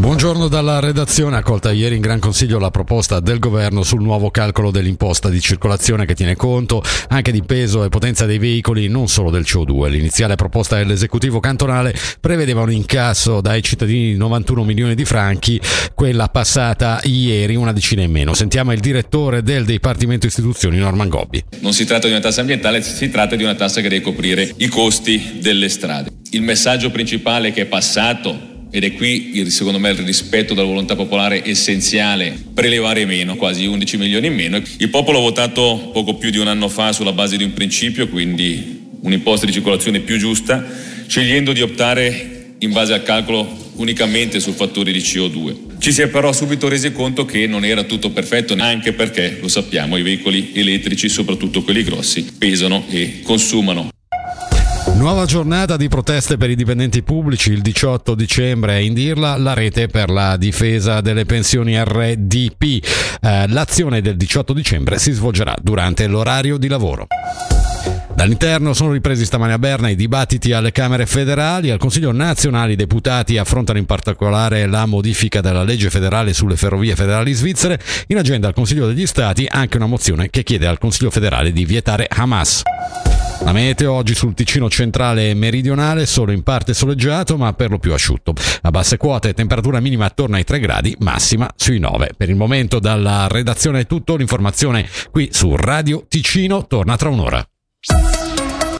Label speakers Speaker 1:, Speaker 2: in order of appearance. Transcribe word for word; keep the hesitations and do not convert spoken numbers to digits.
Speaker 1: Buongiorno dalla redazione. Accolta ieri in Gran Consiglio la proposta del governo sul nuovo calcolo dell'imposta di circolazione che tiene conto anche di peso e potenza dei veicoli, non solo del C O due. L'iniziale proposta dell'esecutivo cantonale prevedeva un incasso dai cittadini di novantuno milioni di franchi, quella passata ieri una decina in meno. Sentiamo il direttore del Dipartimento Istituzioni, Norman Gobbi.
Speaker 2: Non si tratta di una tassa ambientale, si tratta di una tassa che deve coprire i costi delle strade. Il messaggio principale che è passato, ed è qui secondo me il rispetto della volontà popolare essenziale, prelevare meno, quasi undici milioni in meno. Il popolo ha votato poco più di un anno fa sulla base di un principio, quindi un'imposta di circolazione più giusta, scegliendo di optare in base al calcolo unicamente sul fattore di C O due. Ci si è però subito resi conto che non era tutto perfetto, anche perché, lo sappiamo, i veicoli elettrici, soprattutto quelli grossi, pesano e consumano.
Speaker 1: Nuova giornata di proteste per i dipendenti pubblici. Il diciotto dicembre a Indirla la rete per la difesa delle pensioni R D P. Eh, l'azione del diciotto dicembre si svolgerà durante l'orario di lavoro. Dall'interno sono ripresi stamane a Berna i dibattiti alle Camere federali. Al Consiglio nazionale i deputati affrontano in particolare la modifica della legge federale sulle ferrovie federali svizzere. In agenda al Consiglio degli Stati anche una mozione che chiede al Consiglio federale di vietare Hamas. La meteo oggi sul Ticino centrale e meridionale, solo in parte soleggiato ma per lo più asciutto. A basse quote temperatura minima attorno ai tre gradi, massima sui nove. Per il momento dalla redazione è tutto, l'informazione qui su Radio Ticino torna tra un'ora.